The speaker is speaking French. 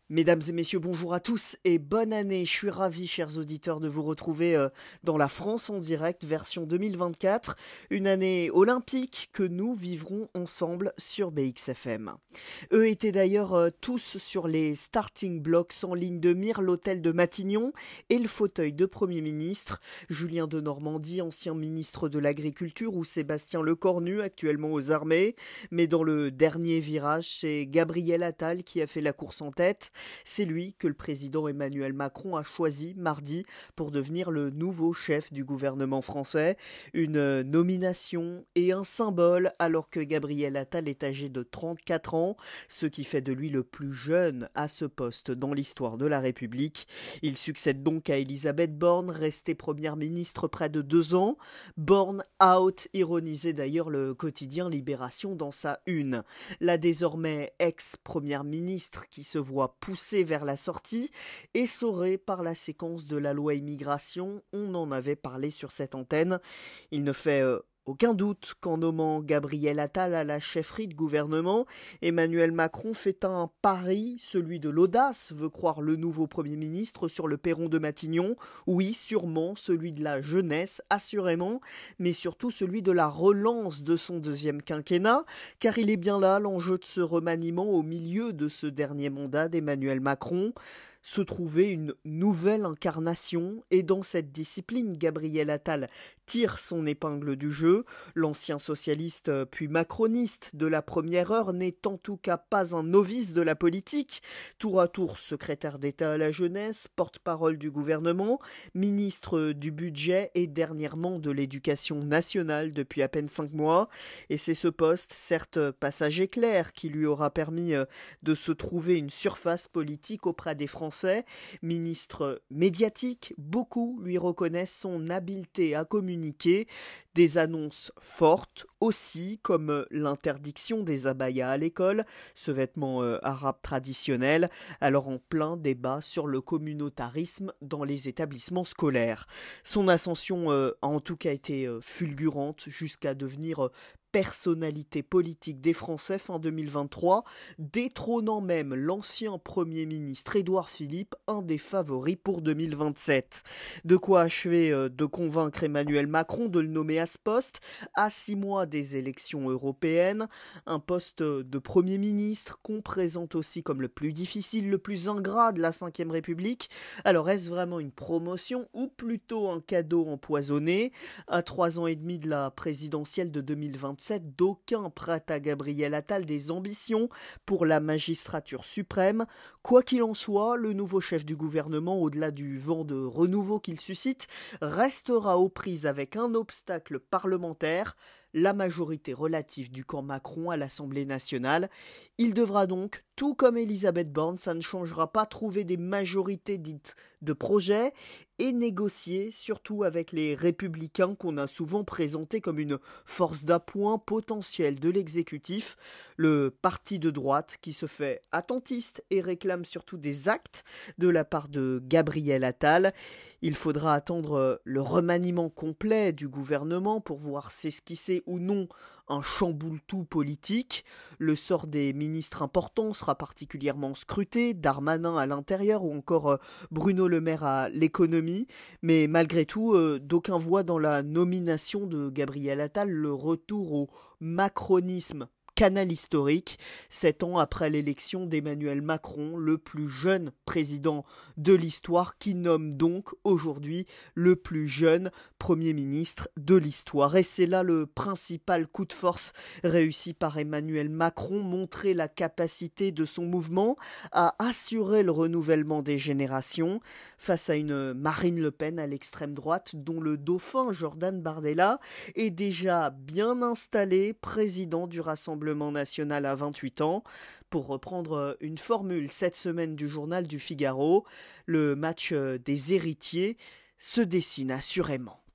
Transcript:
Mesdames et messieurs, bonjour à tous et bonne année. Je suis ravi, chers auditeurs, de vous retrouver dans la France en direct, version 2024. Une année olympique que nous vivrons ensemble sur BXFM. Eux étaient d'ailleurs tous sur les starting blocks en ligne de mire, l'hôtel de Matignon et le fauteuil de Premier ministre. Julien de Normandie, ancien ministre de l'Agriculture, ou Sébastien Lecornu, actuellement aux armées. Mais dans le dernier virage, c'est Gabriel Attal qui a fait la course en tête. C'est lui que le président Emmanuel Macron a choisi mardi pour devenir le nouveau chef du gouvernement français. Une nomination et un symbole alors que Gabriel Attal est âgé de 34 ans, ce qui fait de lui le plus jeune à ce poste dans l'histoire de la République. Il succède donc à Elisabeth Borne, restée première ministre près de 2 ans. Borne out, ironisait d'ailleurs le quotidien Libération dans sa une. La désormais ex-première ministre qui se voit poussée vers la sortie, essorée par la séquence de la loi immigration, on en avait parlé sur cette antenne. Il ne fait aucun doute qu'en nommant Gabriel Attal à la chefferie de gouvernement, Emmanuel Macron fait un pari, celui de l'audace, veut croire le nouveau Premier ministre sur le perron de Matignon. Oui, sûrement celui de la jeunesse, assurément, mais surtout celui de la relance de son deuxième quinquennat, car il est bien là l'enjeu de ce remaniement au milieu de ce dernier mandat d'Emmanuel Macron. Se trouvait une nouvelle incarnation, et dans cette discipline, Gabriel Attal tire son épingle du jeu. L'ancien socialiste puis macroniste de la première heure n'est en tout cas pas un novice de la politique. Tour à tour secrétaire d'État à la jeunesse, porte-parole du gouvernement, ministre du budget et dernièrement de l'éducation nationale depuis à peine 5 mois. Et c'est ce poste, certes passage éclair, qui lui aura permis de se trouver une surface politique auprès des Français. Ministre médiatique, beaucoup lui reconnaissent son habileté à communiquer. Des annonces fortes aussi, comme l'interdiction des abayas à l'école, ce vêtement arabe traditionnel, alors en plein débat sur le communautarisme dans les établissements scolaires. Son ascension a en tout cas été fulgurante jusqu'à devenir personnalité politique des Français fin 2023, détrônant même l'ancien Premier ministre Édouard Philippe, un des favoris pour 2027. De quoi achever de convaincre Emmanuel Macron de le nommer à ce poste, à 6 mois des élections européennes, un poste de Premier ministre qu'on présente aussi comme le plus difficile, le plus ingrat de la Ve République. Alors est-ce vraiment une promotion ou plutôt un cadeau empoisonné? À 3 ans et demi de la présidentielle de 2027, d'aucuns prêtent à Gabriel Attal des ambitions pour la magistrature suprême. Quoi qu'il en soit, le nouveau chef du gouvernement, au-delà du vent de renouveau qu'il suscite, restera aux prises avec un obstacle parlementaire, la majorité relative du camp Macron à l'Assemblée nationale. Il devra donc, tout comme Elisabeth Borne, ça ne changera pas, trouver des majorités dites de projet et négocier, surtout avec les Républicains qu'on a souvent présentés comme une force d'appoint potentielle de l'exécutif, le parti de droite qui se fait attentiste et réclame surtout des actes de la part de Gabriel Attal. Il faudra attendre le remaniement complet du gouvernement pour voir s'esquisser ou non un chamboule-tout politique. Le sort des ministres importants sera particulièrement scruté, Darmanin à l'intérieur ou encore Bruno Le Maire à l'économie. Mais malgré tout, d'aucuns voient dans la nomination de Gabriel Attal le retour au macronisme canal historique, 7 ans après l'élection d'Emmanuel Macron, le plus jeune président de l'histoire, qui nomme donc aujourd'hui le plus jeune Premier ministre de l'histoire. Et c'est là le principal coup de force réussi par Emmanuel Macron, montrer la capacité de son mouvement à assurer le renouvellement des générations face à une Marine Le Pen à l'extrême droite, dont le dauphin Jordan Bardella est déjà bien installé président du Rassemblement national à 28 ans. Pour reprendre une formule cette semaine du journal du Figaro, le match des héritiers se dessine assurément.